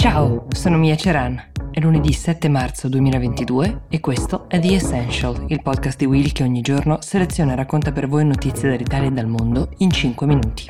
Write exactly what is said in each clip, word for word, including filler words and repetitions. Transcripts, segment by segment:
Ciao, sono Mia Ceran. È lunedì sette marzo duemilaventidue e questo è The Essential, il podcast di Will che ogni giorno seleziona e racconta per voi notizie dall'Italia e dal mondo in cinque minuti.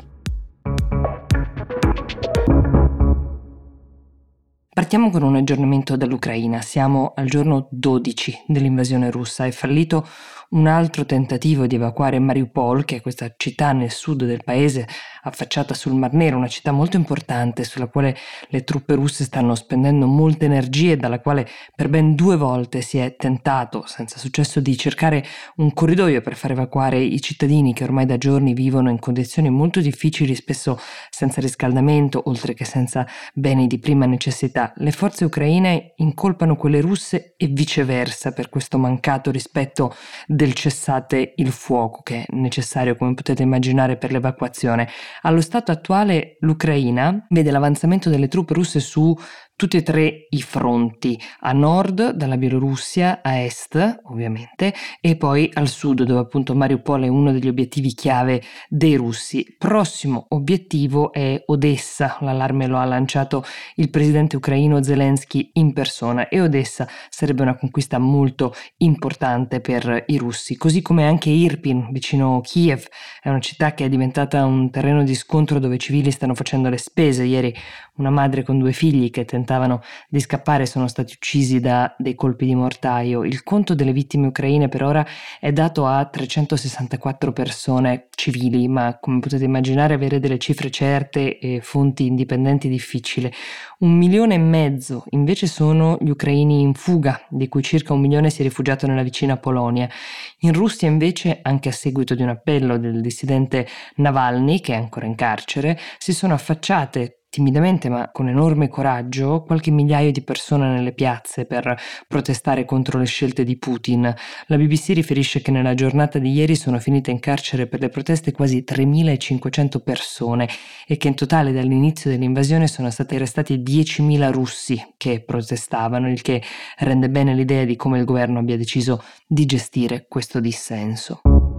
Partiamo con un aggiornamento dall'Ucraina. Siamo al giorno dodici dell'invasione russa. È fallito un altro tentativo di evacuare Mariupol, che è questa città nel sud del paese affacciata sul Mar Nero, una città molto importante sulla quale le truppe russe stanno spendendo molte energie e dalla quale per ben due volte si è tentato, senza successo, di cercare un corridoio per far evacuare i cittadini che ormai da giorni vivono in condizioni molto difficili, spesso senza riscaldamento, oltre che senza beni di prima necessità. Le forze ucraine incolpano quelle russe e viceversa per questo mancato rispetto del cessate il fuoco che è necessario, come potete immaginare, per l'evacuazione. Allo stato attuale l'Ucraina vede l'avanzamento delle truppe russe su tutti e tre i fronti, a nord dalla Bielorussia, a est ovviamente, e poi al sud dove appunto Mariupol è uno degli obiettivi chiave dei russi. Prossimo obiettivo è Odessa, l'allarme lo ha lanciato il presidente ucraino Zelensky in persona e Odessa sarebbe una conquista molto importante per i russi, così come anche Irpin vicino Kiev, è una città che è diventata un terreno di scontro dove i civili stanno facendo le spese. Ieri una madre con due figli che tentavano di scappare sono stati uccisi da dei colpi di mortaio. Il conto delle vittime ucraine per ora è dato a trecentosessantaquattro persone civili, ma come potete immaginare avere delle cifre certe e fonti indipendenti è difficile. Un milione e mezzo invece sono gli ucraini in fuga, di cui circa un milione si è rifugiato nella vicina Polonia. In Russia invece, anche a seguito di un appello del dissidente Navalny, che è ancora in carcere, si sono affacciate timidamente ma con enorme coraggio qualche migliaio di persone nelle piazze per protestare contro le scelte di Putin. La B B C riferisce che nella giornata di ieri sono finite in carcere per le proteste quasi tremilacinquecento persone e che in totale dall'inizio dell'invasione sono stati arrestati diecimila russi che protestavano, il che rende bene l'idea di come il governo abbia deciso di gestire questo dissenso.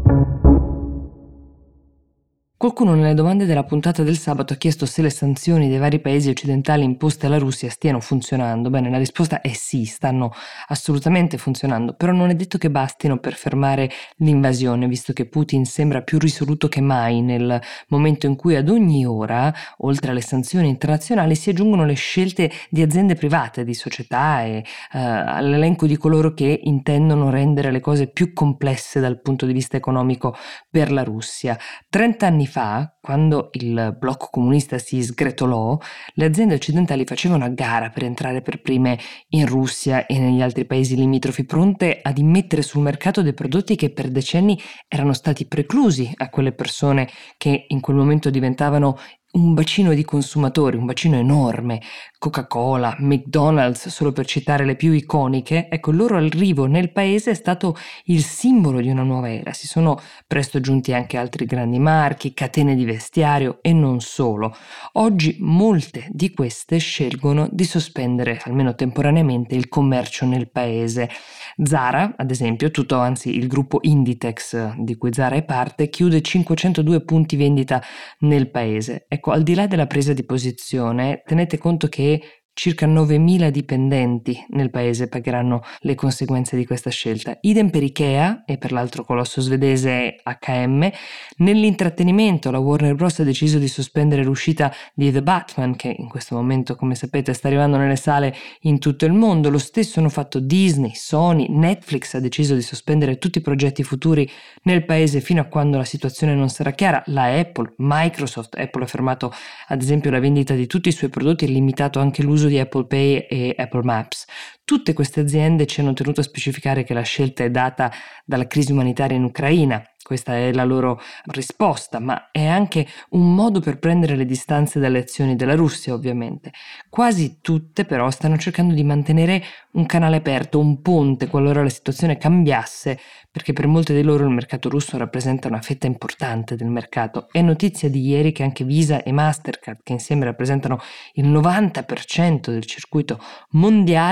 Qualcuno nelle domande della puntata del sabato ha chiesto se le sanzioni dei vari paesi occidentali imposte alla Russia stiano funzionando. Bene, la risposta è sì, stanno assolutamente funzionando, però non è detto che bastino per fermare l'invasione, visto che Putin sembra più risoluto che mai nel momento in cui ad ogni ora, oltre alle sanzioni internazionali, si aggiungono le scelte di aziende private, di società e uh, all'elenco di coloro che intendono rendere le cose più complesse dal punto di vista economico per la Russia. Trent'anni fa, quando il blocco comunista si sgretolò, le aziende occidentali facevano a gara per entrare per prime in Russia e negli altri paesi limitrofi, pronte ad immettere sul mercato dei prodotti che per decenni erano stati preclusi a quelle persone che in quel momento diventavano un bacino di consumatori, un bacino enorme. Coca-Cola, McDonald's, solo per citare le più iconiche. Ecco, il loro arrivo nel paese è stato il simbolo di una nuova era. Si sono presto giunti anche altri grandi marchi, catene di vestiario e non solo. Oggi molte di queste scelgono di sospendere, almeno temporaneamente, il commercio nel paese. Zara, ad esempio, tutto anzi il gruppo Inditex di cui Zara è parte, chiude cinquecentodue punti vendita nel paese. Ecco, al di là della presa di posizione, tenete conto che circa novemila dipendenti nel paese pagheranno le conseguenze di questa scelta. Idem per Ikea e per l'altro colosso svedese acca emme. Nell'intrattenimento la Warner Bros. Ha deciso di sospendere l'uscita di The Batman, che in questo momento, come sapete, sta arrivando nelle sale in tutto il mondo. Lo stesso hanno fatto Disney, Sony, Netflix ha deciso di sospendere tutti i progetti futuri nel paese fino a quando la situazione non sarà chiara. La Apple, Microsoft, Apple ha fermato ad esempio la vendita di tutti i suoi prodotti e limitato anche l'uso di Apple Pay e Apple Maps. Tutte queste aziende ci hanno tenuto a specificare che la scelta è data dalla crisi umanitaria in Ucraina. Questa è la loro risposta, ma è anche un modo per prendere le distanze dalle azioni della Russia, ovviamente. Quasi tutte però stanno cercando di mantenere un canale aperto, un ponte qualora la situazione cambiasse, perché per molte di loro il mercato russo rappresenta una fetta importante del mercato. È notizia di ieri che anche Visa e Mastercard, che insieme rappresentano il novanta per cento del circuito mondiale, renderanno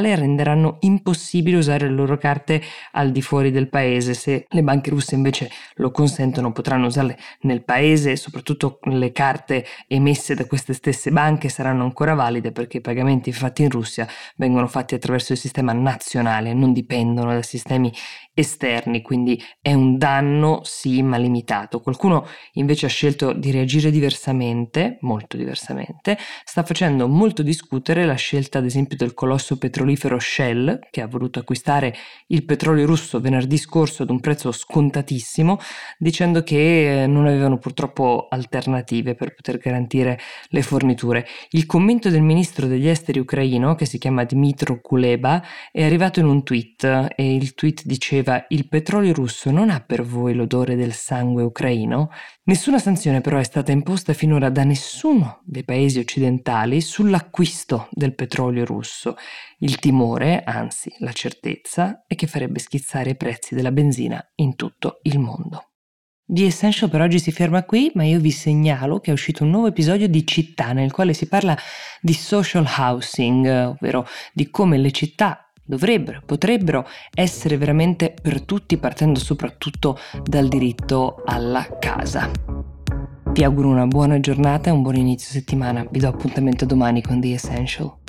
renderanno impossibile usare le loro carte al di fuori del paese. Se le banche russe invece lo consentono, potranno usarle nel paese, e soprattutto le carte emesse da queste stesse banche saranno ancora valide, perché i pagamenti fatti in Russia vengono fatti attraverso il sistema nazionale, non dipendono da sistemi esterni, quindi è un danno sì, ma limitato. Qualcuno invece ha scelto di reagire diversamente, molto diversamente. Sta facendo molto discutere la scelta ad esempio del colosso petrolifero Shell, che ha voluto acquistare il petrolio russo venerdì scorso ad un prezzo scontatissimo, dicendo che non avevano purtroppo alternative per poter garantire le forniture. Il commento del ministro degli esteri ucraino, che si chiama Dmytro Kuleba, è arrivato in un tweet, e il tweet diceva: il petrolio russo non ha per voi l'odore del sangue ucraino? Nessuna sanzione però è stata imposta finora da nessuno dei paesi occidentali sull'acquisto del petrolio russo. Il timore, anzi la certezza, è che farebbe schizzare i prezzi della benzina in tutto il mondo. The Essential per oggi si ferma qui, ma io vi segnalo che è uscito un nuovo episodio di Città, nel quale si parla di social housing, ovvero di come le città dovrebbero, potrebbero essere veramente per tutti, partendo soprattutto dal diritto alla casa. Vi auguro una buona giornata e un buon inizio settimana. Vi do appuntamento domani con The Essential.